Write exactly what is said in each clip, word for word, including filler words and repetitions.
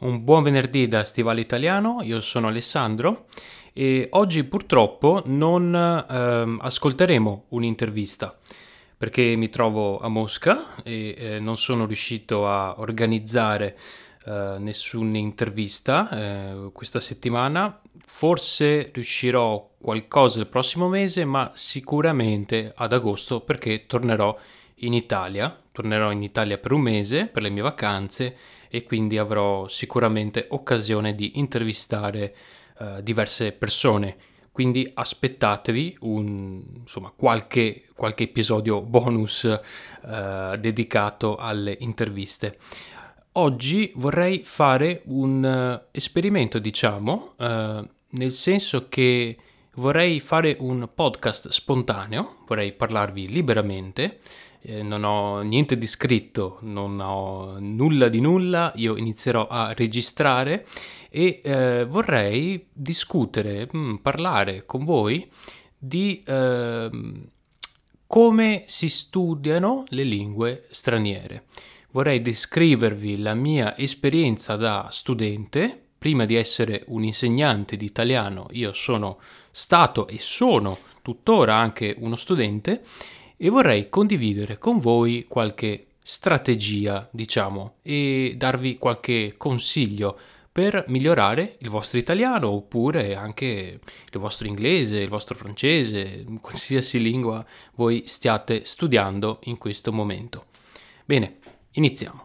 Un buon venerdì da Stivale Italiano, io sono Alessandro e oggi purtroppo non ehm, ascolteremo un'intervista perché mi trovo a Mosca e eh, non sono riuscito a organizzare eh, nessuna intervista eh, questa settimana. Forse riuscirò qualcosa il prossimo mese, ma sicuramente ad agosto perché tornerò in Italia, tornerò in Italia per un mese per le mie vacanze e quindi avrò sicuramente occasione di intervistare eh, diverse persone. Quindi aspettatevi un, insomma, qualche, qualche episodio bonus eh, dedicato alle interviste. Oggi vorrei fare un uh, esperimento, diciamo, uh, nel senso che vorrei fare un podcast spontaneo, vorrei parlarvi liberamente, eh, non ho niente di scritto, non ho nulla di nulla, io inizierò a registrare e eh, vorrei discutere, mh, parlare con voi di eh, come si studiano le lingue straniere. Vorrei descrivervi la mia esperienza da studente. Prima di essere un insegnante di italiano, io sono stato e sono tuttora anche uno studente e vorrei condividere con voi qualche strategia, diciamo, e darvi qualche consiglio per migliorare il vostro italiano oppure anche il vostro inglese, il vostro francese, qualsiasi lingua voi stiate studiando in questo momento. Bene, iniziamo.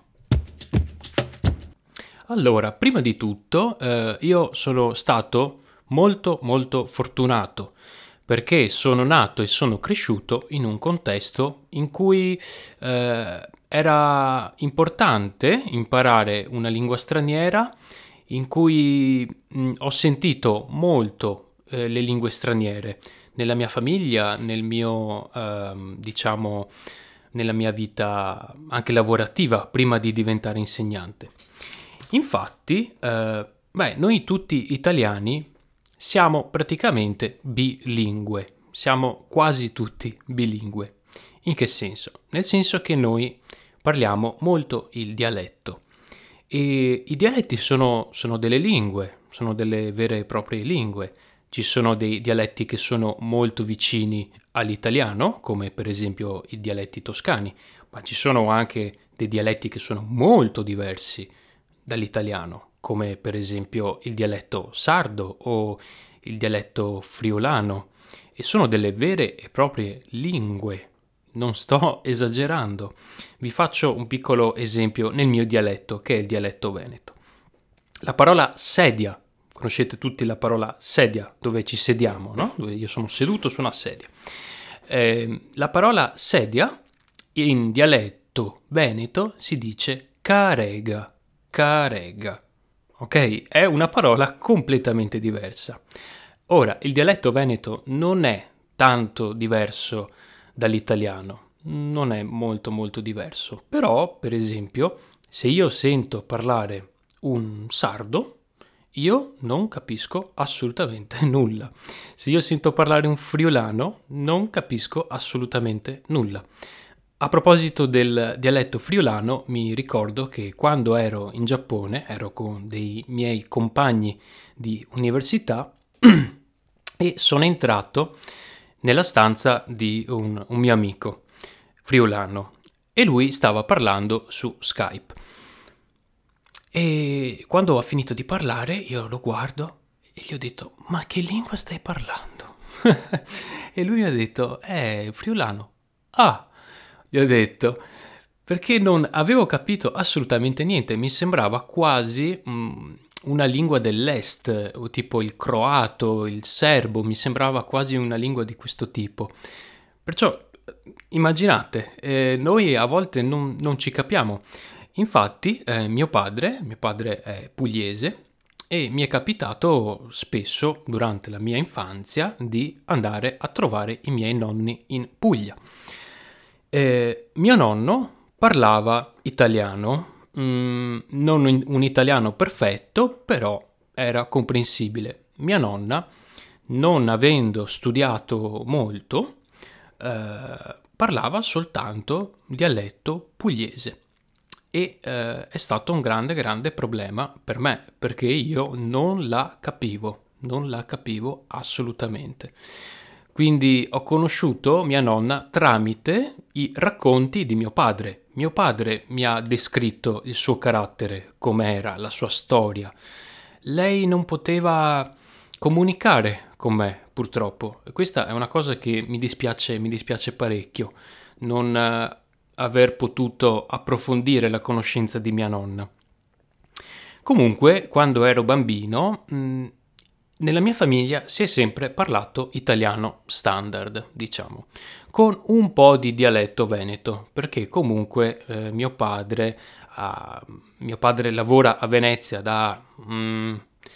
Allora, prima di tutto, eh, io sono stato molto molto fortunato perché sono nato e sono cresciuto in un contesto in cui eh, era importante imparare una lingua straniera, in cui mh, ho sentito molto eh, le lingue straniere nella mia famiglia, nel mio, ehm, diciamo, nella mia vita anche lavorativa prima di diventare insegnante. Infatti, eh, beh, noi tutti italiani siamo praticamente bilingue, siamo quasi tutti bilingue. In che senso? Nel senso che noi parliamo molto il dialetto e i dialetti sono, sono delle lingue, sono delle vere e proprie lingue. Ci sono dei dialetti che sono molto vicini all'italiano, come per esempio i dialetti toscani, ma ci sono anche dei dialetti che sono molto diversi dall'italiano, come per esempio il dialetto sardo o il dialetto friulano, e sono delle vere e proprie lingue. Non sto esagerando. Vi faccio un piccolo esempio nel mio dialetto, che è il dialetto veneto. La parola sedia, conoscete tutti la parola sedia, dove ci sediamo, no? Dove io sono seduto su una sedia. Eh, la parola sedia in dialetto veneto si dice carega. Carega, ok? È una parola completamente diversa. Ora, il dialetto veneto non è tanto diverso dall'italiano, non è molto molto diverso, però, per esempio, se io sento parlare un sardo, io non capisco assolutamente nulla. Se io sento parlare un friulano, non capisco assolutamente nulla. A proposito del dialetto friulano, mi ricordo che quando ero in Giappone, ero con dei miei compagni di università e sono entrato nella stanza di un, un mio amico friulano e lui stava parlando su Skype. E quando ha finito di parlare, io lo guardo e gli ho detto: "Ma che lingua stai parlando?" E lui mi ha detto: "Eh, friulano." Ah! Gli ho detto, perché non avevo capito assolutamente niente, mi sembrava quasi mh, una lingua dell'est, o tipo il croato, il serbo, mi sembrava quasi una lingua di questo tipo. Perciò immaginate, eh, noi a volte non, non ci capiamo. Infatti, eh, mio padre, mio padre è pugliese e mi è capitato spesso durante la mia infanzia di andare a trovare i miei nonni in Puglia. Eh, mio nonno parlava italiano, mm, non un, un italiano perfetto, però era comprensibile. Mia nonna, non avendo studiato molto, eh, parlava soltanto dialetto pugliese. e eh, è stato un grande grande problema per me, perché io non la capivo, non la capivo assolutamente. Quindi ho conosciuto mia nonna tramite i racconti di mio padre. Mio padre mi ha descritto il suo carattere, com'era, la sua storia. Lei non poteva comunicare con me, purtroppo. E questa è una cosa che mi dispiace, mi dispiace parecchio, non eh, aver potuto approfondire la conoscenza di mia nonna. Comunque, quando ero bambino, mh, nella mia famiglia si è sempre parlato italiano standard, diciamo, con un po' di dialetto veneto, perché comunque eh, mio padre, ha- mio padre lavora a Venezia da, mm,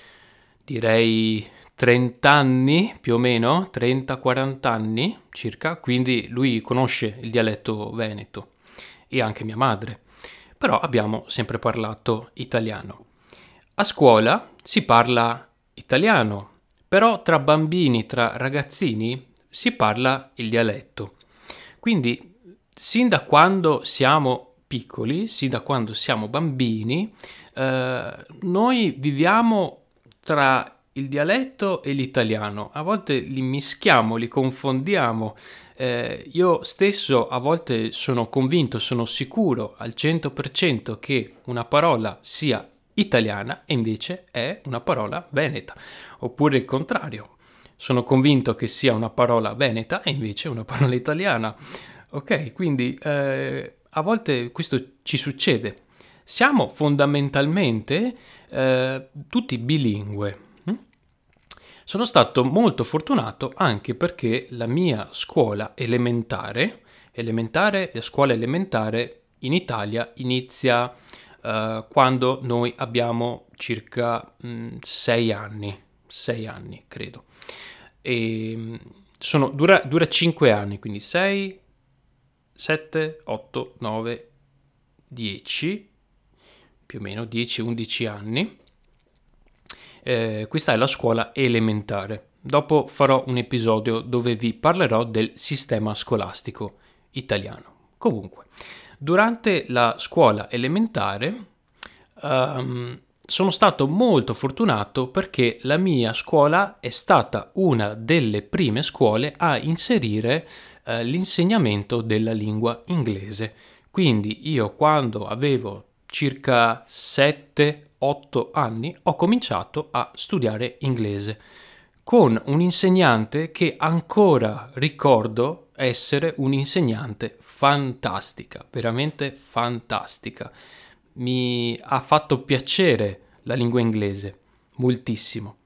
direi, trenta anni più o meno, trenta quaranta anni circa, quindi lui conosce il dialetto veneto e anche mia madre, però abbiamo sempre parlato italiano. A scuola si parla italiano, però tra bambini, tra ragazzini, si parla il dialetto. Quindi, sin da quando siamo piccoli, sin da quando siamo bambini, eh, noi viviamo tra il dialetto e l'italiano. A volte li mischiamo, li confondiamo. Eh, io stesso a volte sono convinto, sono sicuro al cento per cento che una parola sia italiana e invece è una parola veneta, oppure il contrario. Sono convinto che sia una parola veneta e invece una parola italiana. Ok, quindi eh, a volte questo ci succede. Siamo fondamentalmente eh, tutti bilingue. hm? Sono stato molto fortunato anche perché la mia scuola elementare, elementare, la scuola elementare in Italia inizia eh, quando noi abbiamo circa mh, sei anni, sei anni credo. E mh, sono, dura, dura cinque anni, quindi sei, sette, otto, nove, dieci, più o meno dieci undici anni. Eh, questa è la scuola elementare. Dopo farò un episodio dove vi parlerò del sistema scolastico italiano. Comunque, durante la scuola elementare um, sono stato molto fortunato perché la mia scuola è stata una delle prime scuole a inserire eh, l'insegnamento della lingua inglese. Quindi io quando avevo circa sette otto anni ho cominciato a studiare inglese con un insegnante che ancora ricordo essere un'insegnante fantastica, veramente fantastica. Mi ha fatto piacere la lingua inglese, moltissimo.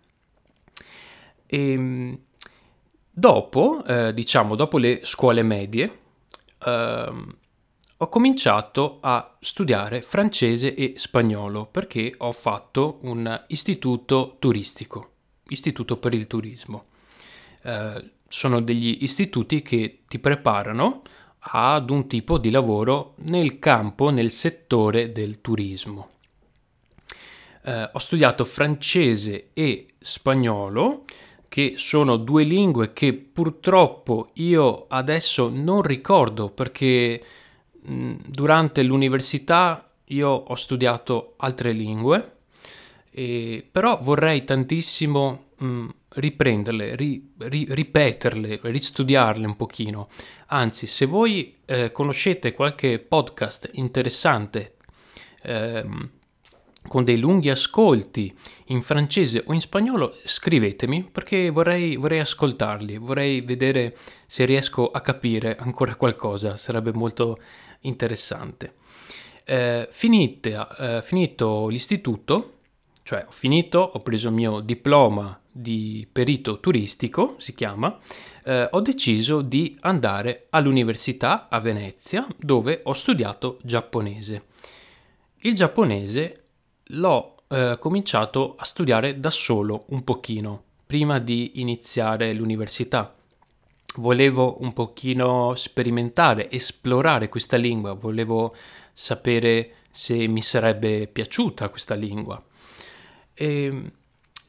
E dopo, eh, diciamo, dopo le scuole medie, ehm, ho cominciato a studiare francese e spagnolo perché ho fatto un istituto turistico, istituto per il turismo. Eh, sono degli istituti che ti preparano ad un tipo di lavoro nel campo, nel settore del turismo. Eh, ho studiato francese e spagnolo, che sono due lingue che purtroppo io adesso non ricordo perché mh, durante l'università io ho studiato altre lingue, e, però vorrei tantissimo mh, riprenderle, ri, ri, ripeterle, ristudiarle un pochino. Anzi, se voi eh, conoscete qualche podcast interessante ehm, con dei lunghi ascolti in francese o in spagnolo, scrivetemi perché vorrei, vorrei ascoltarli, vorrei vedere se riesco a capire ancora qualcosa, sarebbe molto interessante. Eh, finite, eh, finito l'istituto, cioè ho finito, ho preso il mio diploma di perito turistico, si chiama, eh, ho deciso di andare all'università a Venezia dove ho studiato giapponese. Il giapponese l'ho eh, cominciato a studiare da solo un pochino prima di iniziare l'università. Volevo un pochino sperimentare, esplorare questa lingua, volevo sapere se mi sarebbe piaciuta questa lingua. E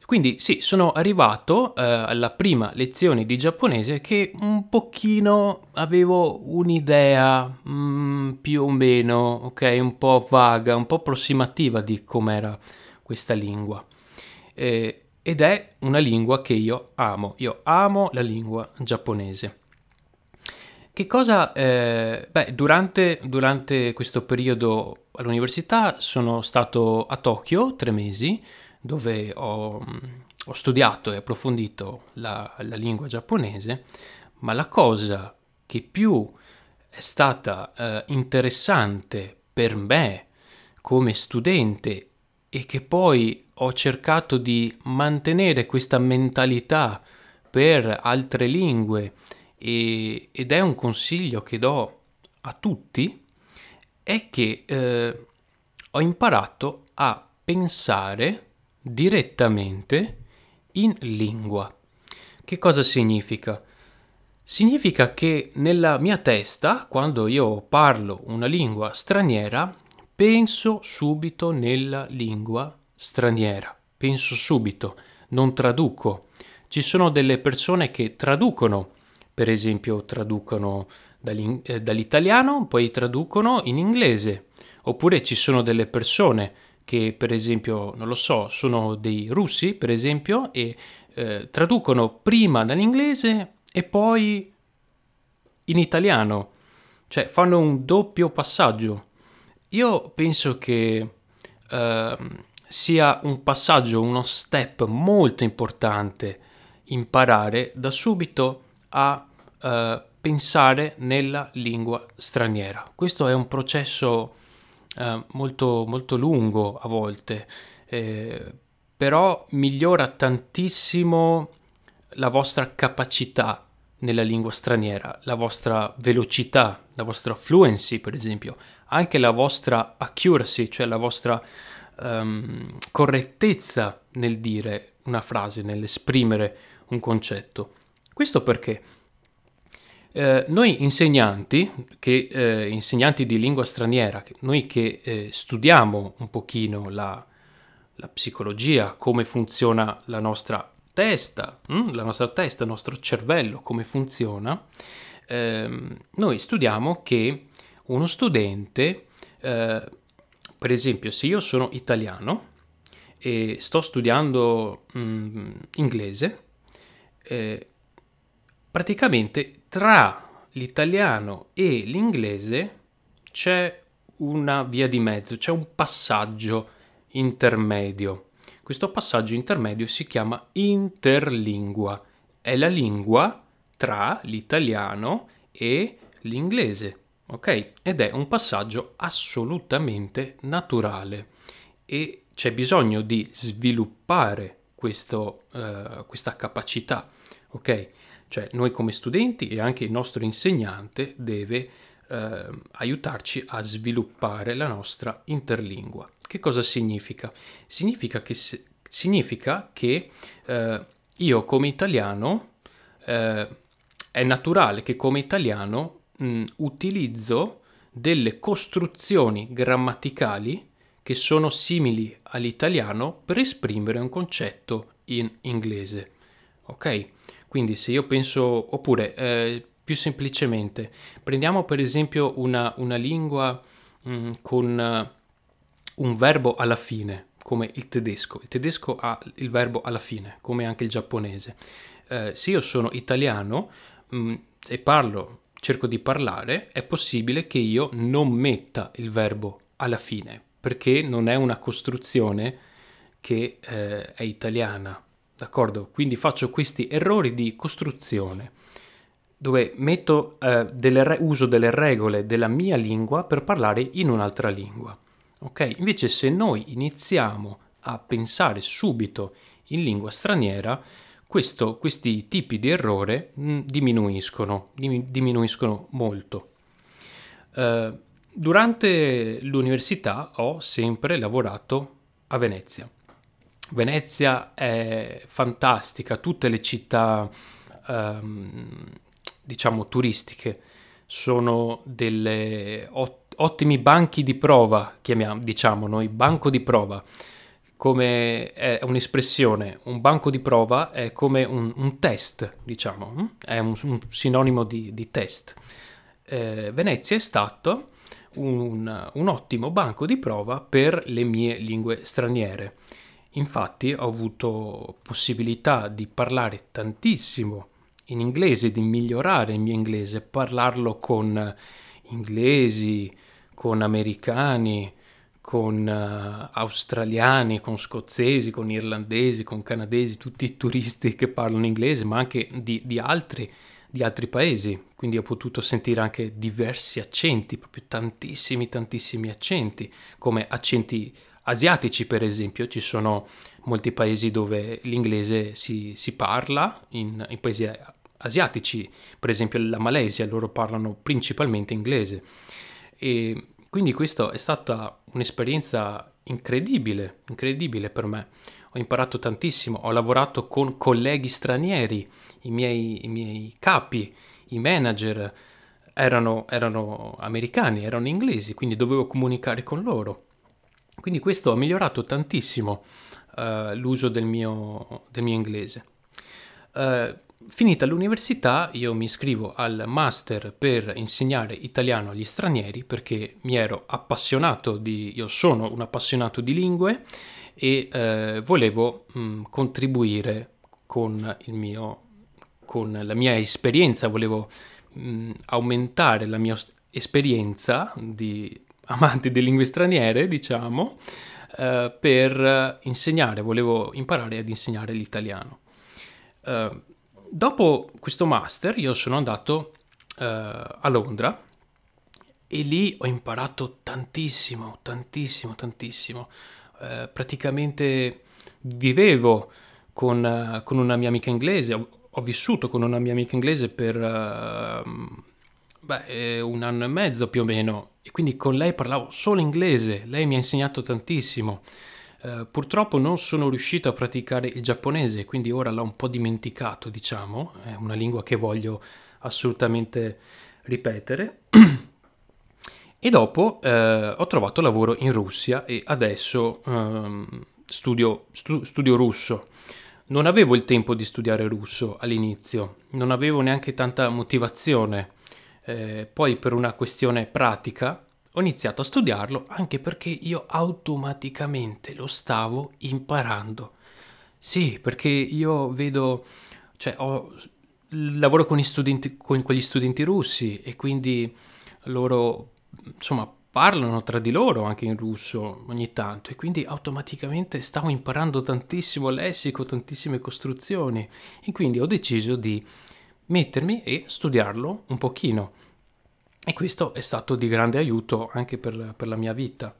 Quindi sì, sono arrivato eh, alla prima lezione di giapponese che un pochino avevo un'idea mm, più o meno, ok, un po' vaga, un po' approssimativa di com'era questa lingua. Eh, ed è una lingua che io amo, io amo la lingua giapponese. Che cosa, eh, beh, durante, durante questo periodo all'università sono stato a Tokyo tre mesi, dove ho, ho studiato e approfondito la, la lingua giapponese, ma la cosa che più è stata eh, interessante per me come studente e che poi ho cercato di mantenere questa mentalità per altre lingue e- ed è un consiglio che do a tutti, è che eh, ho imparato a pensare direttamente in lingua. Che cosa significa? Significa che nella mia testa, quando io parlo una lingua straniera, penso subito nella lingua straniera. Penso subito, non traduco. Ci sono delle persone che traducono, per esempio traducono dall'in- eh, dall'italiano, poi traducono in inglese. Oppure ci sono delle persone che, per esempio, non lo so, sono dei russi, per esempio, e eh, traducono prima dall'inglese e poi in italiano, cioè fanno un doppio passaggio. Io penso che ehm, sia un passaggio, uno step molto importante imparare da subito a eh, pensare nella lingua straniera. Questo è un processo eh, molto, molto lungo a volte, eh, però migliora tantissimo la vostra capacità nella lingua straniera, la vostra velocità, la vostra fluency, per esempio, anche la vostra accuracy, cioè la vostra um, correttezza nel dire una frase, nell'esprimere un concetto. Questo perché eh, noi insegnanti, che, eh, insegnanti di lingua straniera, che noi che eh, studiamo un pochino la, la psicologia, come funziona la nostra testa, hm? la nostra testa, il nostro cervello, come funziona, ehm, noi studiamo che uno studente, eh, per esempio, se io sono italiano e sto studiando mm, inglese, eh, praticamente tra l'italiano e l'inglese c'è una via di mezzo, c'è un passaggio intermedio. Questo passaggio intermedio si chiama interlingua. È la lingua tra l'italiano e l'inglese, ok? Ed è un passaggio assolutamente naturale e c'è bisogno di sviluppare questo, eh, questa capacità, ok? Cioè noi come studenti e anche il nostro insegnante deve eh, aiutarci a sviluppare la nostra interlingua. Che cosa significa? Significa che, se, significa che eh, io come italiano eh, è naturale che come italiano mh, utilizzo delle costruzioni grammaticali che sono simili all'italiano per esprimere un concetto in inglese. Ok? Quindi se io penso, oppure eh, più semplicemente, prendiamo per esempio una, una lingua mh, con uh, un verbo alla fine, come il tedesco. Il tedesco ha il verbo alla fine, come anche il giapponese. Eh, se io sono italiano mh, e parlo, cerco di parlare, è possibile che io non metta il verbo alla fine, perché non è una costruzione che eh, è italiana. D'accordo? Quindi faccio questi errori di costruzione dove metto, eh, delle re- uso delle regole della mia lingua per parlare in un'altra lingua. Ok? Invece se noi iniziamo a pensare subito in lingua straniera, questo- questi tipi di errore mh, diminuiscono, dim- diminuiscono molto. Eh, durante l'università ho sempre lavorato a Venezia. Venezia è fantastica, tutte le città, ehm, diciamo, turistiche sono delle ot- ottimi banchi di prova, chiamiamo, diciamo noi, banco di prova. come è un'espressione, un banco di prova è come un, un test, diciamo, hm? È un, un sinonimo di, di test. Eh, Venezia è stato un, un ottimo banco di prova per le mie lingue straniere. Infatti ho avuto possibilità di parlare tantissimo in inglese, di migliorare il mio inglese, parlarlo con inglesi, con americani, con uh, australiani, con scozzesi, con irlandesi, con canadesi, tutti i turisti che parlano inglese, ma anche di, di altri, di altri paesi. Quindi ho potuto sentire anche diversi accenti, proprio tantissimi, tantissimi accenti, come accenti asiatici, per esempio. Ci sono molti paesi dove l'inglese si, si parla, in, in paesi asiatici, per esempio la Malesia, loro parlano principalmente inglese. E quindi questa è stata un'esperienza incredibile, incredibile per me. Ho imparato tantissimo, ho lavorato con colleghi stranieri, i miei, i miei capi, i manager erano, erano americani, erano inglesi, quindi dovevo comunicare con loro. Quindi questo ha migliorato tantissimo uh, l'uso del mio, del mio inglese. Uh, finita l'università io mi iscrivo al master per insegnare italiano agli stranieri perché mi ero appassionato di, io sono un appassionato di lingue e uh, volevo mh, contribuire con il mio, con la mia esperienza, volevo mh, aumentare la mia esperienza di amante di lingue straniere, diciamo, uh, per insegnare, volevo imparare ad insegnare l'italiano. Uh, dopo questo master io sono andato uh, a Londra e lì ho imparato tantissimo, tantissimo, tantissimo. Uh, praticamente vivevo con, uh, con una mia amica inglese, ho, ho vissuto con una mia amica inglese per uh, beh, un anno e mezzo più o meno e quindi con lei parlavo solo inglese, lei mi ha insegnato tantissimo. Uh, purtroppo non sono riuscito a praticare il giapponese, quindi ora l'ho un po' dimenticato, diciamo, è una lingua che voglio assolutamente ripetere. E dopo uh, ho trovato lavoro in Russia e adesso um, studio, stu- studio russo. Non avevo il tempo di studiare russo all'inizio, non avevo neanche tanta motivazione. Eh, poi per una questione pratica ho iniziato a studiarlo anche perché io automaticamente lo stavo imparando. Sì, perché io vedo, cioè ho, lavoro con, gli studenti, con quegli studenti russi e quindi loro, insomma, parlano tra di loro anche in russo ogni tanto e quindi automaticamente stavo imparando tantissimo lessico, tantissime costruzioni e quindi ho deciso di mettermi e studiarlo un pochino. E questo è stato di grande aiuto anche per, per la mia vita.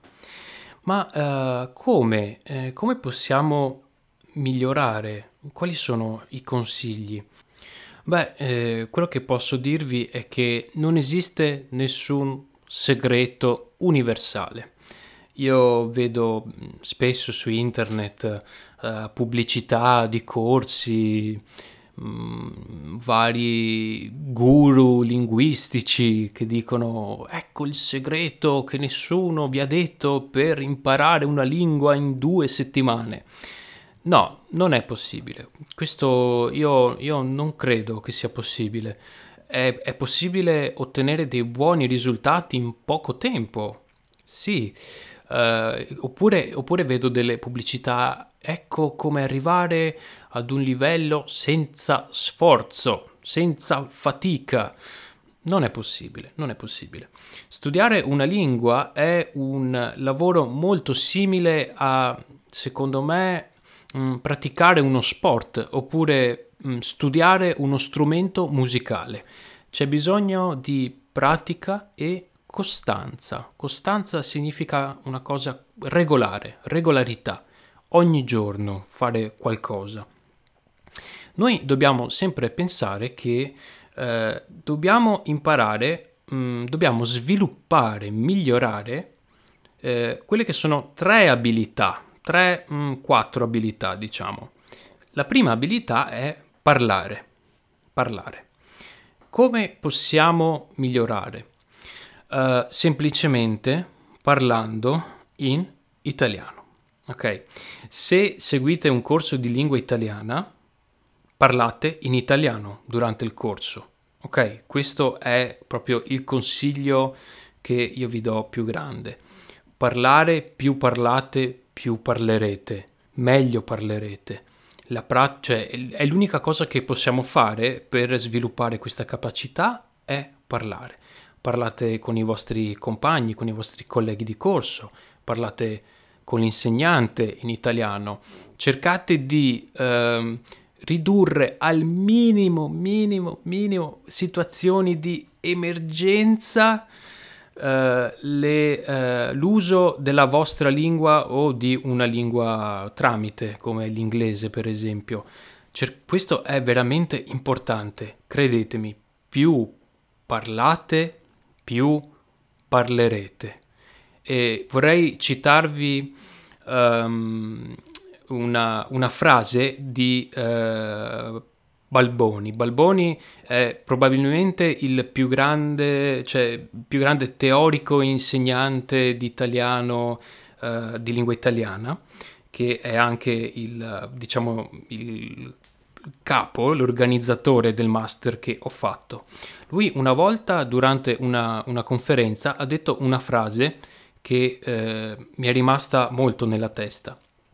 Ma uh, come, eh, come possiamo migliorare? Quali sono i consigli? Beh, eh, quello che posso dirvi è che non esiste nessun segreto universale. Io vedo spesso su internet uh, pubblicità di corsi, mh, vari guru linguistici che dicono ecco il segreto che nessuno vi ha detto per imparare una lingua in due settimane. No, non è possibile. Questo io, io non credo che sia possibile. È, è possibile ottenere dei buoni risultati in poco tempo. Sì, eh, oppure, oppure vedo delle pubblicità, ecco come arrivare ad un livello senza sforzo, senza fatica. Non è possibile, non è possibile. Studiare una lingua è un lavoro molto simile a, secondo me, mh, praticare uno sport oppure mh, studiare uno strumento musicale. C'è bisogno di pratica e costanza. Costanza significa una cosa regolare, regolarità. Ogni giorno fare qualcosa. Noi dobbiamo sempre pensare che eh, dobbiamo imparare, mh, dobbiamo sviluppare, migliorare eh, quelle che sono tre abilità, tre, mh, quattro abilità, diciamo. La prima abilità è parlare. Parlare. Come possiamo migliorare? Uh, semplicemente parlando in italiano. Ok, se seguite un corso di lingua italiana, parlate in italiano durante il corso. Ok, questo è proprio il consiglio che io vi do più grande. Parlare, più parlate, più parlerete, meglio parlerete. La pra- cioè, è l'unica cosa che possiamo fare per sviluppare questa capacità è parlare. Parlate con i vostri compagni, con i vostri colleghi di corso, parlate con l'insegnante in italiano. Cercate di ehm, ridurre al minimo, minimo, minimo situazioni di emergenza eh, le, eh, l'uso della vostra lingua o di una lingua tramite, come l'inglese per esempio. Cer- questo è veramente importante, credetemi, più parlate, più parlerete. E vorrei citarvi um, una, una frase di uh, Balboni. Balboni è probabilmente il più grande, cioè, più grande teorico e insegnante di italiano, uh, di lingua italiana, che è anche il, diciamo, il capo, l'organizzatore del master che ho fatto. Lui una volta durante una, una conferenza ha detto una frase che eh, mi è rimasta molto nella testa.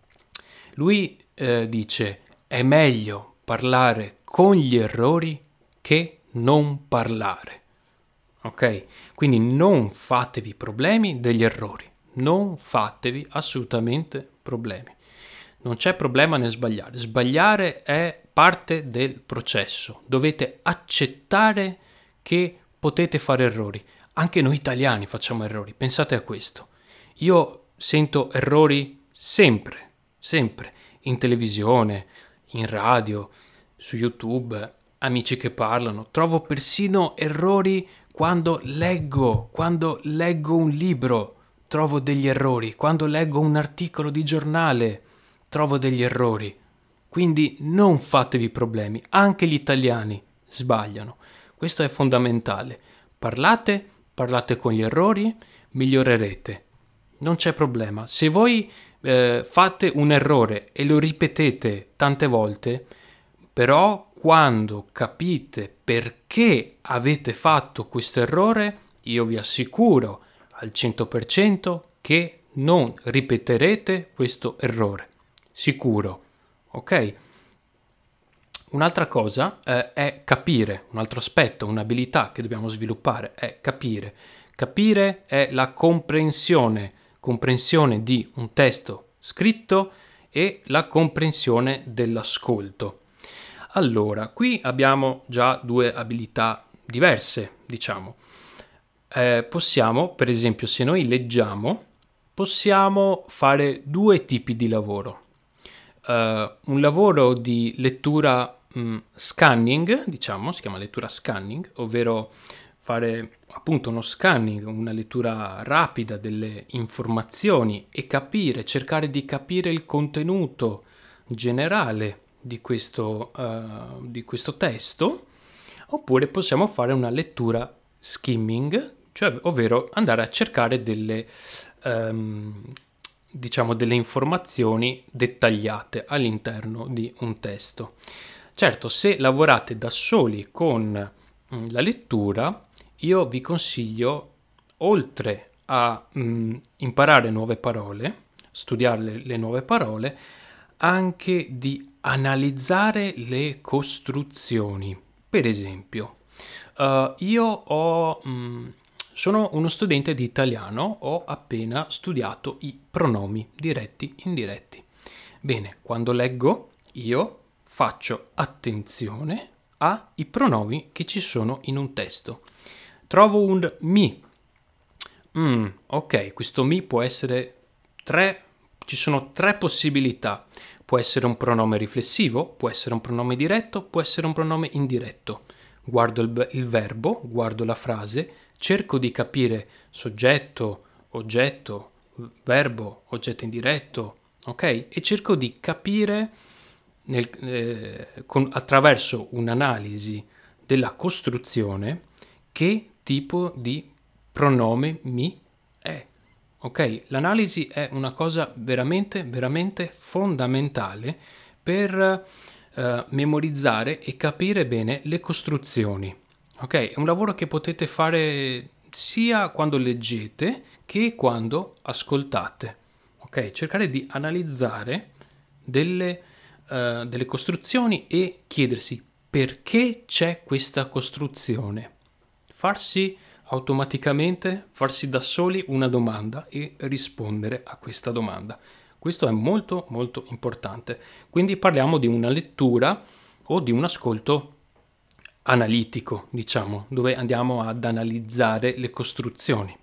Lui eh, dice: è meglio parlare con gli errori che non parlare. Ok? Quindi non fatevi problemi degli errori. Non fatevi assolutamente problemi. Non c'è problema nel sbagliare. Sbagliare è parte del processo. Dovete accettare che potete fare errori. Anche noi italiani facciamo errori. Pensate a questo. Io sento errori sempre, sempre, in televisione, in radio, su YouTube, amici che parlano. Trovo persino errori quando leggo, quando leggo un libro, trovo degli errori. Quando leggo un articolo di giornale, trovo degli errori. Quindi non fatevi problemi, anche gli italiani sbagliano. Questo è fondamentale. Parlate, parlate con gli errori, migliorerete. Non c'è problema. Se voi eh, fate un errore e lo ripetete tante volte, però quando capite perché avete fatto questo errore, io vi assicuro al cento per cento che non ripeterete questo errore. Sicuro, ok? Un'altra cosa eh, è capire, un altro aspetto, un'abilità che dobbiamo sviluppare è capire. Capire è la comprensione, comprensione di un testo scritto e la comprensione dell'ascolto. Allora, qui abbiamo già due abilità diverse, diciamo. Eh, possiamo, per esempio, se noi leggiamo, possiamo fare due tipi di lavoro. Uh, un lavoro di lettura mh, scanning, diciamo, si chiama lettura scanning, ovvero fare appunto uno scanning, una lettura rapida delle informazioni e capire, cercare di capire il contenuto generale di questo, uh, di questo testo, oppure possiamo fare una lettura skimming, cioè ovvero andare a cercare delle um, diciamo delle informazioni dettagliate all'interno di un testo. Certo, se lavorate da soli con mh, la lettura, io vi consiglio, oltre a mh, imparare nuove parole, studiare le, le nuove parole, anche di analizzare le costruzioni. Per esempio, uh, io ho... Mh, sono uno studente di italiano, ho appena studiato i pronomi diretti e indiretti. Bene, quando leggo io faccio attenzione ai pronomi che ci sono in un testo. Trovo un mi. Mm, ok, questo mi può essere tre, ci sono tre possibilità. Può essere un pronome riflessivo, può essere un pronome diretto, può essere un pronome indiretto. Guardo il, il verbo, guardo la frase, cerco di capire soggetto, oggetto, verbo, oggetto indiretto, ok? E cerco di capire nel, eh, con, attraverso un'analisi della costruzione che tipo di pronome mi è, Ok? L'analisi è una cosa veramente, veramente fondamentale per eh, memorizzare e capire bene le costruzioni. Ok? È un lavoro che potete fare sia quando leggete che quando ascoltate. Ok? Cercare di analizzare delle, eh, delle costruzioni e chiedersi perché c'è questa costruzione. Farsi automaticamente, farsi da soli una domanda e rispondere a questa domanda. Questo è molto molto importante. Quindi parliamo di una lettura o di un ascolto analitico, diciamo, dove andiamo ad analizzare le costruzioni.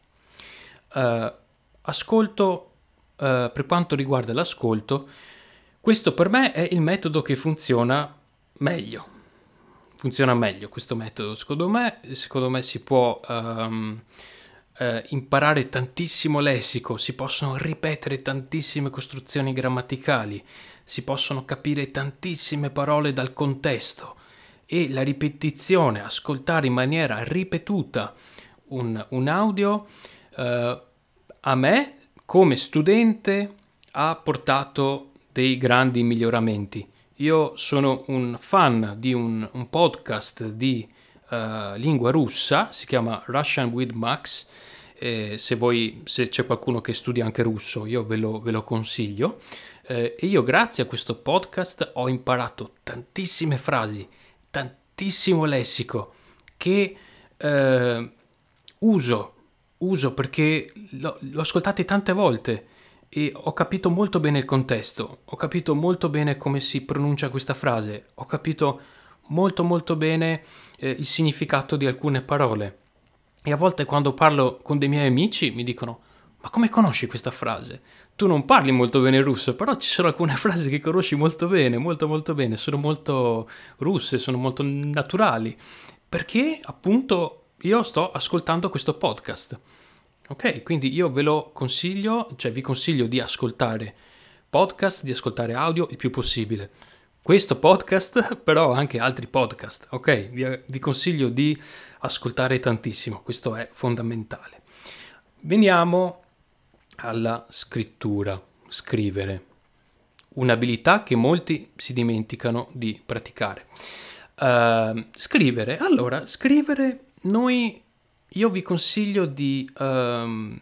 Uh, ascolto, uh, per quanto riguarda l'ascolto, questo per me è il metodo che funziona meglio. Funziona meglio questo metodo, secondo me. Secondo me si può um, eh, imparare tantissimo lessico, si possono ripetere tantissime costruzioni grammaticali, si possono capire tantissime parole dal contesto e la ripetizione, ascoltare in maniera ripetuta un, un audio, eh, a me come studente ha portato dei grandi miglioramenti. Io sono un fan di un, un podcast di uh, lingua russa, si chiama Russian with Max. Eh, se, voi, se c'è qualcuno che studia anche russo, io ve lo, ve lo consiglio. Eh, e io grazie a questo podcast ho imparato tantissime frasi, tantissimo lessico che eh, uso, uso perché l'ho, l'ho ascoltate tante volte e ho capito molto bene il contesto, ho capito molto bene come si pronuncia questa frase, ho capito molto molto bene eh, il significato di alcune parole. E a volte quando parlo con dei miei amici mi dicono: ma come conosci questa frase? Tu non parli molto bene il russo, però ci sono alcune frasi che conosci molto bene, molto molto bene, sono molto russe, sono molto naturali, perché appunto io sto ascoltando questo podcast. Ok, quindi io ve lo consiglio, cioè vi consiglio di ascoltare podcast, di ascoltare audio il più possibile. Questo podcast, però anche altri podcast, ok? Vi, vi consiglio di ascoltare tantissimo, questo è fondamentale. Veniamo alla scrittura, scrivere, un'abilità che molti si dimenticano di praticare. Uh, scrivere, allora, scrivere, noi, io vi consiglio di um,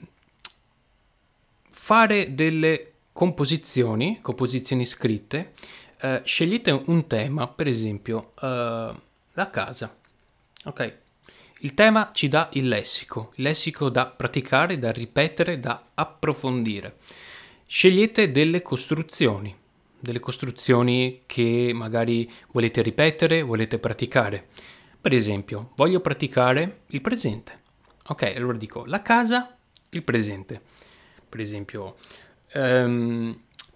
fare delle composizioni, composizioni scritte. Uh, scegliete un tema, per esempio uh, la casa, ok? Il tema ci dà il lessico, il lessico da praticare, da ripetere, da approfondire. Scegliete delle costruzioni, delle costruzioni che magari volete ripetere, volete praticare. Per esempio, voglio praticare il presente. Ok, allora dico la casa, il presente. Per esempio, um,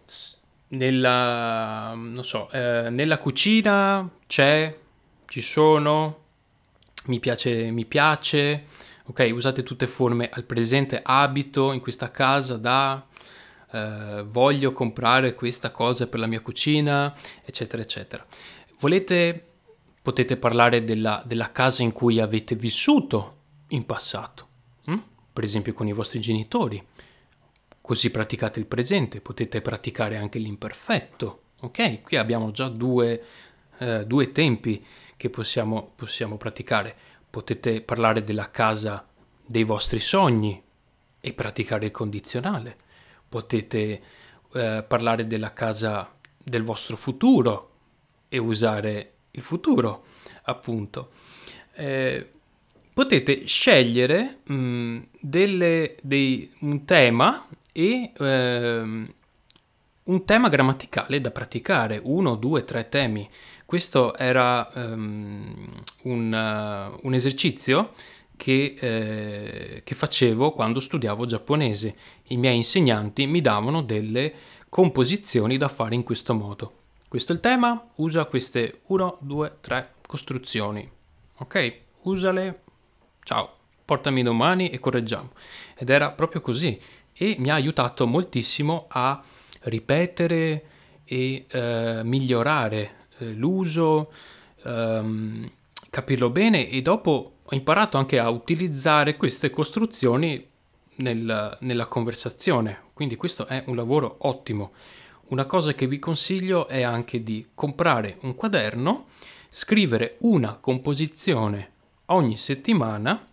nella, non so, eh, nella cucina c'è, ci sono, mi piace, mi piace, ok, usate tutte forme al presente, abito in questa casa da, eh, voglio comprare questa cosa per la mia cucina, eccetera, eccetera. Volete, potete parlare della, della casa in cui avete vissuto in passato, hm? Per esempio con i vostri genitori. Così praticate il presente, potete praticare anche l'imperfetto, ok? Qui abbiamo già due, eh, due tempi che possiamo, possiamo praticare. Potete parlare della casa dei vostri sogni e praticare il condizionale. Potete eh, parlare della casa del vostro futuro e usare il futuro, appunto. Eh, potete scegliere mh, delle, dei, un tema e ehm, un tema grammaticale da praticare, uno, due, tre temi. Questo era um, un, uh, un esercizio che, eh, che facevo quando studiavo giapponese. I miei insegnanti mi davano delle composizioni da fare in questo modo. Questo è il tema, usa queste uno, due, tre costruzioni. Ok? Usale, ciao, portami domani e correggiamo. Ed era proprio così e mi ha aiutato moltissimo a ripetere e eh, migliorare eh, l'uso, ehm, capirlo bene, e dopo ho imparato anche a utilizzare queste costruzioni nel, nella conversazione, quindi questo è un lavoro ottimo. Una cosa che vi consiglio è anche di comprare un quaderno, scrivere una composizione ogni settimana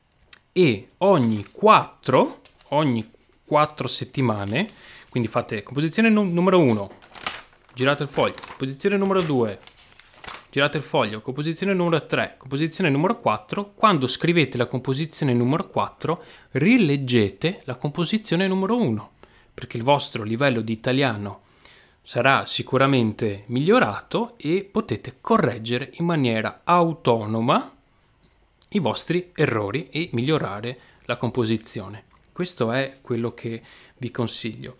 e ogni quattro, ogni quattro settimane, quindi fate composizione num- numero uno, girate il foglio, composizione numero due, girate il foglio, composizione numero tre, composizione numero quattro. Quando scrivete la composizione numero quattro, rileggete la composizione numero uno, perché il vostro livello di italiano sarà sicuramente migliorato e potete correggere in maniera autonoma i vostri errori e migliorare la composizione. Questo è quello che vi consiglio.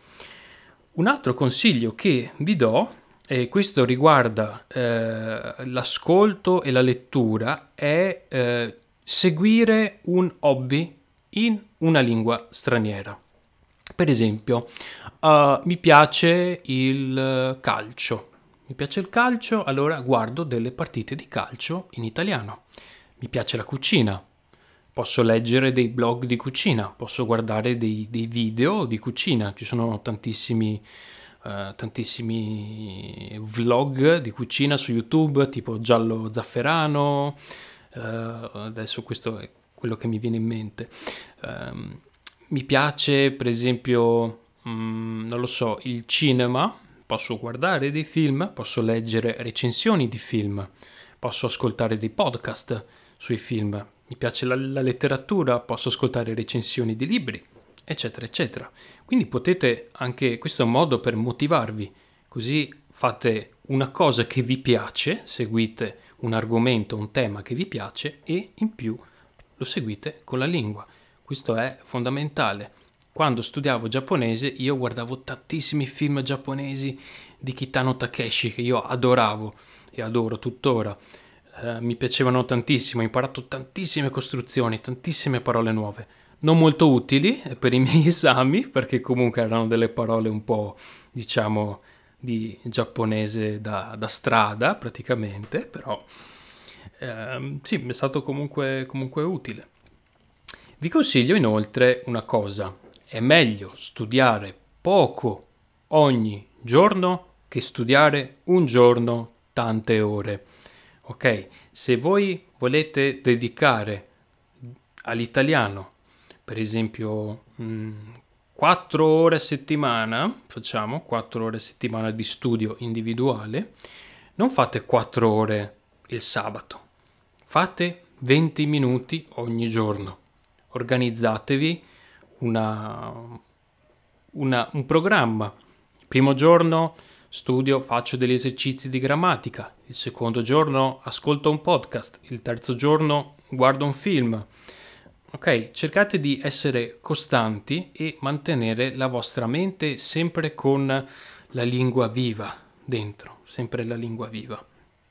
Un altro consiglio che vi do, e questo riguarda eh, l'ascolto e la lettura, è eh, seguire un hobby in una lingua straniera. Per esempio, uh, mi piace il calcio. Mi piace il calcio, allora guardo delle partite di calcio in italiano. Mi piace la cucina. Posso leggere dei blog di cucina, posso guardare dei, dei video di cucina. Ci sono tantissimi, uh, tantissimi vlog di cucina su YouTube, tipo Giallo Zafferano. Uh, adesso questo è quello che mi viene in mente. Um, mi piace, per esempio, mh, non lo so, il cinema. Posso guardare dei film, posso leggere recensioni di film, posso ascoltare dei podcast sui film. Mi piace la, la letteratura, posso ascoltare recensioni di libri, eccetera, eccetera. Quindi potete anche, questo è un modo per motivarvi, così fate una cosa che vi piace, seguite un argomento, un tema che vi piace e in più lo seguite con la lingua. Questo è fondamentale. Quando studiavo giapponese io guardavo tantissimi film giapponesi di Kitano Takeshi che io adoravo e adoro tuttora. Eh, mi piacevano tantissimo, ho imparato tantissime costruzioni, tantissime parole nuove. Non molto utili per i miei esami, perché comunque erano delle parole un po', diciamo, di giapponese da, da strada praticamente, però ehm, sì, mi è stato comunque, comunque utile. Vi consiglio inoltre una cosa: è meglio studiare poco ogni giorno che studiare un giorno tante ore. Ok, se voi volete dedicare all'italiano, per esempio, quattro ore a settimana, facciamo quattro ore a settimana di studio individuale, non fate quattro ore il sabato, fate venti minuti ogni giorno. Organizzatevi una, una, un programma. Il primo giorno studio, faccio degli esercizi di grammatica, il secondo giorno ascolto un podcast, il terzo giorno guardo un film. Ok, cercate di essere costanti e mantenere la vostra mente sempre con la lingua viva dentro, sempre la lingua viva.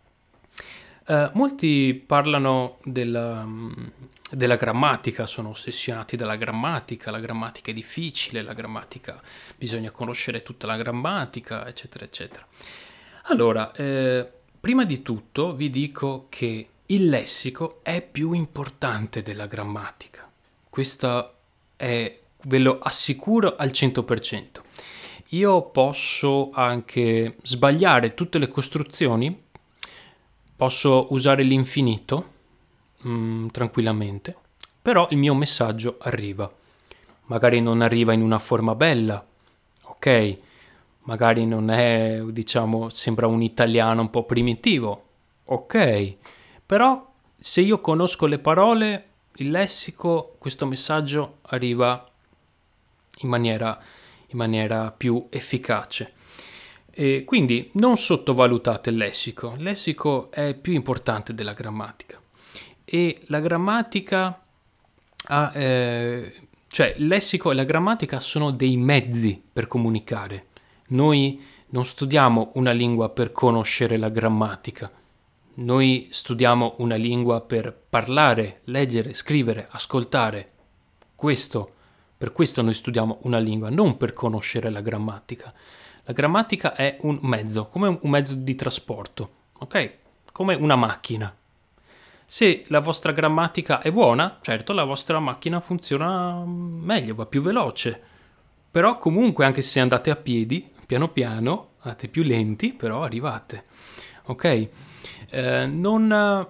Uh, molti parlano della, della grammatica, sono ossessionati dalla grammatica, la grammatica è difficile, la grammatica, bisogna conoscere tutta la grammatica, eccetera, eccetera. Allora, eh, prima di tutto vi dico che il lessico è più importante della grammatica. Questo è, ve lo assicuro al cento per cento. Io posso anche sbagliare tutte le costruzioni, posso usare l'infinito mh, tranquillamente, però il mio messaggio arriva. Magari non arriva in una forma bella, ok? Magari non è, diciamo, sembra un italiano un po' primitivo, ok? Però se io conosco le parole, il lessico, questo messaggio arriva in maniera, in maniera più efficace. E quindi non sottovalutate il lessico. Il lessico è più importante della grammatica. E la grammatica ha, eh, cioè il lessico e la grammatica sono dei mezzi per comunicare. Noi non studiamo una lingua per conoscere la grammatica. Noi studiamo una lingua per parlare, leggere, scrivere, ascoltare. Questo, per questo noi studiamo una lingua, non per conoscere la grammatica. La grammatica è un mezzo, come un mezzo di trasporto, ok? Come una macchina. Se la vostra grammatica è buona, certo la vostra macchina funziona meglio, va più veloce. Però comunque, anche se andate a piedi, piano piano, andate più lenti, però arrivate. Ok? Eh, non,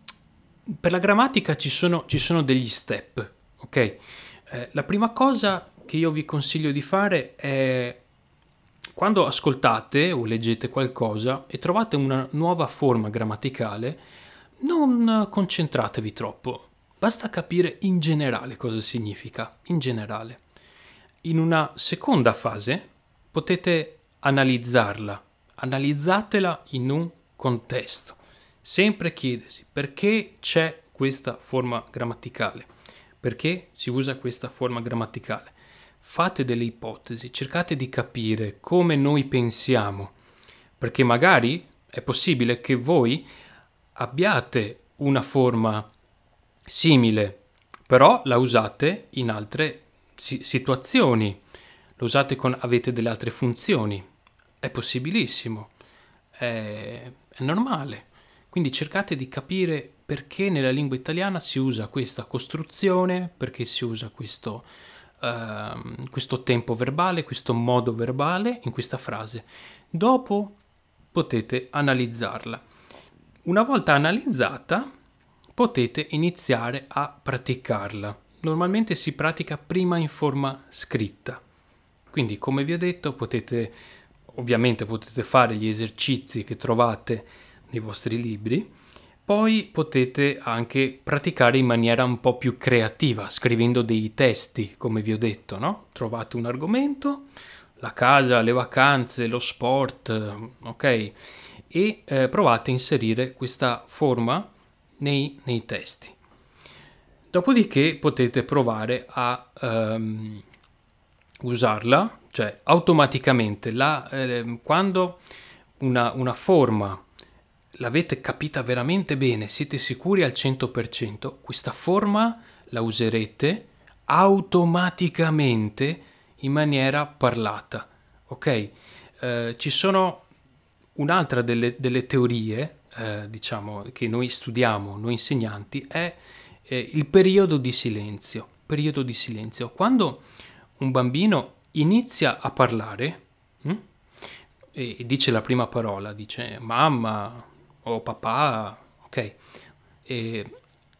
per la grammatica ci sono, ci sono degli step, ok? Eh, la prima cosa che io vi consiglio di fare è quando ascoltate o leggete qualcosa e trovate una nuova forma grammaticale, non concentratevi troppo, basta capire in generale cosa significa, in generale. In una seconda fase potete analizzarla, analizzatela in un contesto, sempre chiedersi perché c'è questa forma grammaticale, perché si usa questa forma grammaticale. Fate delle ipotesi, cercate di capire come noi pensiamo, perché magari è possibile che voi abbiate una forma simile, però la usate in altre si- situazioni, lo usate con avete delle altre funzioni. È possibilissimo, è, è normale. Quindi cercate di capire perché nella lingua italiana si usa questa costruzione, perché si usa questo, ehm, questo tempo verbale, questo modo verbale in questa frase. Dopo potete analizzarla. Una volta analizzata, potete iniziare a praticarla. Normalmente si pratica prima in forma scritta. Quindi, come vi ho detto, potete ovviamente potete fare gli esercizi che trovate nei vostri libri, poi potete anche praticare in maniera un po' più creativa, scrivendo dei testi, come vi ho detto, no? Trovate un argomento, la casa, le vacanze, lo sport, ok? E eh, provate a inserire questa forma nei, nei testi. Dopodiché potete provare a um, usarla, cioè automaticamente la, eh, quando una, una forma l'avete capita veramente bene, siete sicuri al cento per cento, questa forma la userete automaticamente in maniera parlata, ok? Eh, ci sono un'altra delle, delle teorie, eh, diciamo, che noi studiamo, noi insegnanti, è eh, il periodo di silenzio. Periodo di silenzio. Quando un bambino inizia a parlare hm, e dice la prima parola, dice mamma o papà, ok? E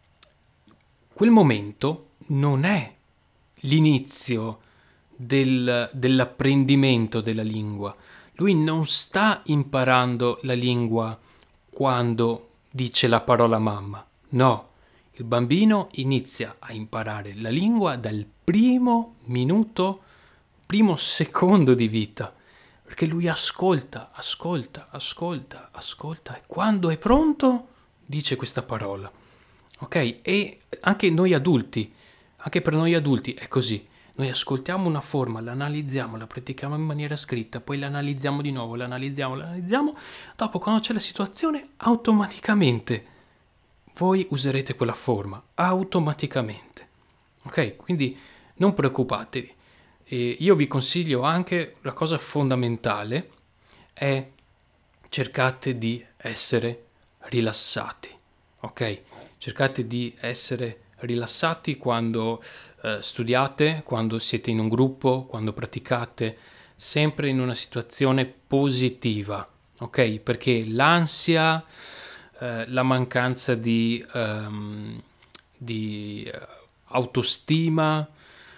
quel momento non è l'inizio del, dell'apprendimento della lingua. Lui non sta imparando la lingua quando dice la parola mamma. No, il bambino inizia a imparare la lingua dal primo minuto, primo secondo di vita, perché lui ascolta, ascolta, ascolta, ascolta e quando è pronto dice questa parola. Ok? E anche noi adulti, anche per noi adulti è così. Noi ascoltiamo una forma, la analizziamo, la pratichiamo in maniera scritta, poi la analizziamo di nuovo, la analizziamo, la analizziamo. Dopo, quando c'è la situazione, automaticamente voi userete quella forma, automaticamente. Ok? Quindi non preoccupatevi. E io vi consiglio anche, la cosa fondamentale è cercate di essere rilassati, ok? Cercate di essere rilassati quando eh, studiate, quando siete in un gruppo, quando praticate, sempre in una situazione positiva, ok? Perché l'ansia, eh, la mancanza di, um, di eh, autostima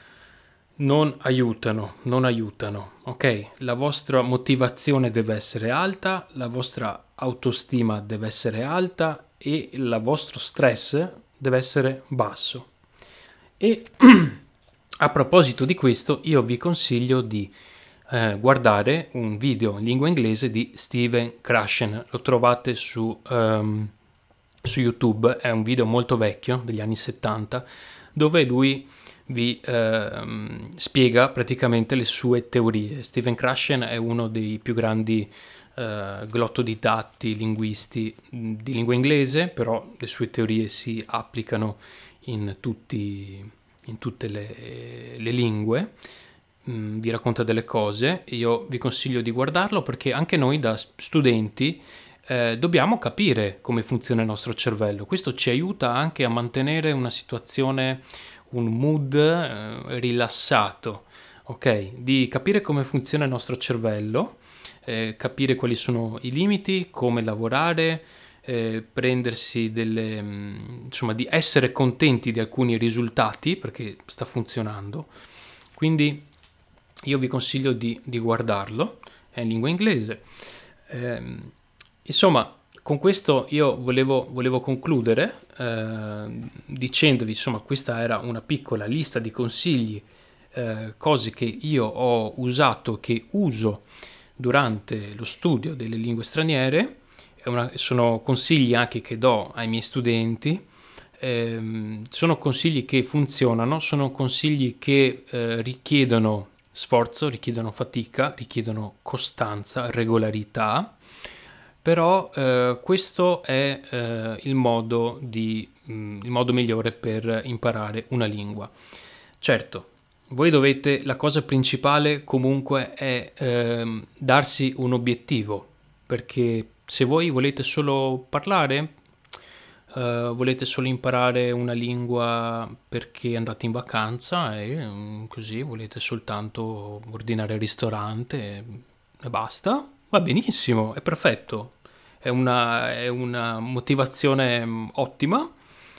non aiutano, non aiutano, ok? La vostra motivazione deve essere alta, la vostra autostima deve essere alta e il vostro stress deve essere basso. E a proposito di questo, io vi consiglio di eh, guardare un video in lingua inglese di Steven Krashen. Lo trovate su, um, su YouTube, è un video molto vecchio, degli anni settanta, dove lui vi ehm, spiega praticamente le sue teorie. Steven Krashen è uno dei più grandi eh, glottodidatti, linguisti mh, di lingua inglese, però le sue teorie si applicano in, tutti, in tutte le, le lingue. Mh, vi racconta delle cose. Io vi consiglio di guardarlo perché anche noi da studenti eh, dobbiamo capire come funziona il nostro cervello. Questo ci aiuta anche a mantenere una situazione, un mood eh, rilassato, ok? Di capire come funziona il nostro cervello, eh, capire quali sono i limiti, come lavorare, eh, prendersi delle, mh, insomma, di essere contenti di alcuni risultati perché sta funzionando. Quindi io vi consiglio di, di guardarlo, è in lingua inglese. Ehm, insomma, con questo io volevo, volevo concludere eh, dicendovi, insomma, questa era una piccola lista di consigli, eh, cose che io ho usato, che uso durante lo studio delle lingue straniere. È una, sono consigli anche che do ai miei studenti. Eh, sono consigli che funzionano, sono consigli che eh, richiedono sforzo, richiedono fatica, richiedono costanza, regolarità, però eh, questo è eh, il modo di, mh, il modo migliore per imparare una lingua. Certo, voi dovete, la cosa principale comunque è ehm, darsi un obiettivo, perché se voi volete solo parlare, Uh, volete solo imparare una lingua perché andate in vacanza e um, così volete soltanto ordinare al ristorante e, e basta, va benissimo, è perfetto, è una, è una motivazione um, ottima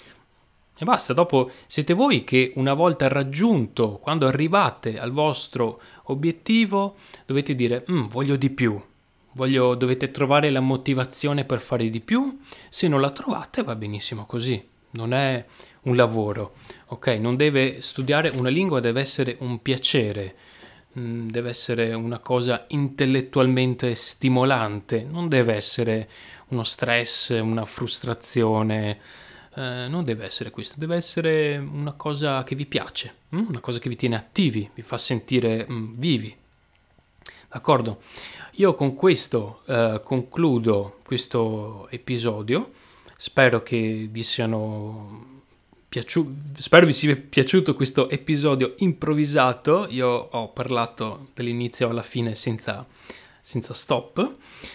e basta. Dopo siete voi che una volta raggiunto, quando arrivate al vostro obiettivo, dovete dire mm, voglio di più. Voglio, dovete trovare la motivazione per fare di più. Se non la trovate va benissimo così, non è un lavoro, ok? Non deve studiare una lingua, deve essere un piacere, deve essere una cosa intellettualmente stimolante, non deve essere uno stress, una frustrazione, eh, non deve essere questo, deve essere una cosa che vi piace, una cosa che vi tiene attivi, vi fa sentire mm, vivi. D'accordo? Io con questo eh, concludo questo episodio. Spero che vi siano piaciuti, spero vi sia piaciuto questo episodio improvvisato. Io ho parlato dall'inizio alla fine senza, senza stop.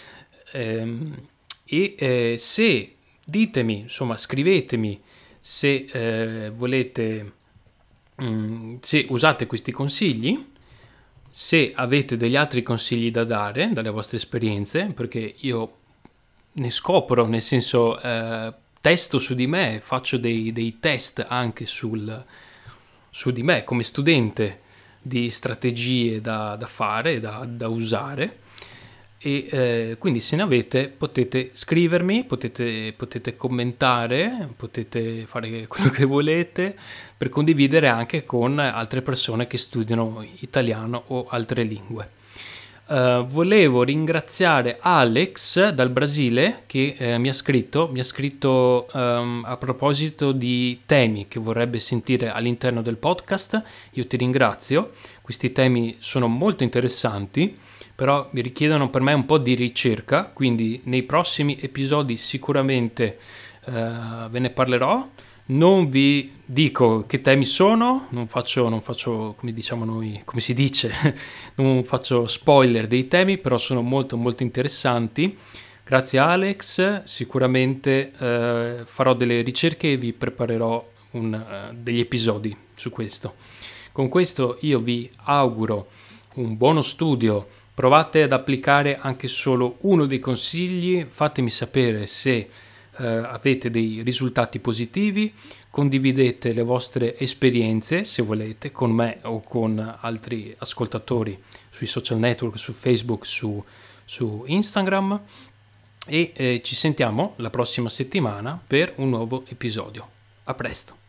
Ehm, e eh, se ditemi, insomma, scrivetemi se eh, volete, mh, se usate questi consigli. Se avete degli altri consigli da dare dalle vostre esperienze, perché io ne scopro, nel senso eh, testo su di me, faccio dei, dei test anche sul, su di me come studente di strategie da, da fare, da, da usare. E eh, quindi se ne avete potete scrivermi, potete, potete commentare, potete fare quello che volete per condividere anche con altre persone che studiano italiano o altre lingue. Uh, volevo ringraziare Alex dal Brasile che eh, mi ha scritto, mi ha scritto um, a proposito di temi che vorrebbe sentire all'interno del podcast. Io ti ringrazio, questi temi sono molto interessanti, però mi richiedono per me un po' di ricerca, quindi nei prossimi episodi sicuramente uh, ve ne parlerò. Non vi dico che temi sono, non faccio, non faccio come diciamo noi, come si dice, non faccio spoiler dei temi, però sono molto molto interessanti. Grazie Alex, sicuramente eh, farò delle ricerche e vi preparerò un, uh, degli episodi su questo. Con questo io vi auguro un buono studio, provate ad applicare anche solo uno dei consigli, fatemi sapere se Uh, avete dei risultati positivi, condividete le vostre esperienze se volete con me o con altri ascoltatori sui social network, su Facebook, su, su Instagram e eh, ci sentiamo la prossima settimana per un nuovo episodio. A presto!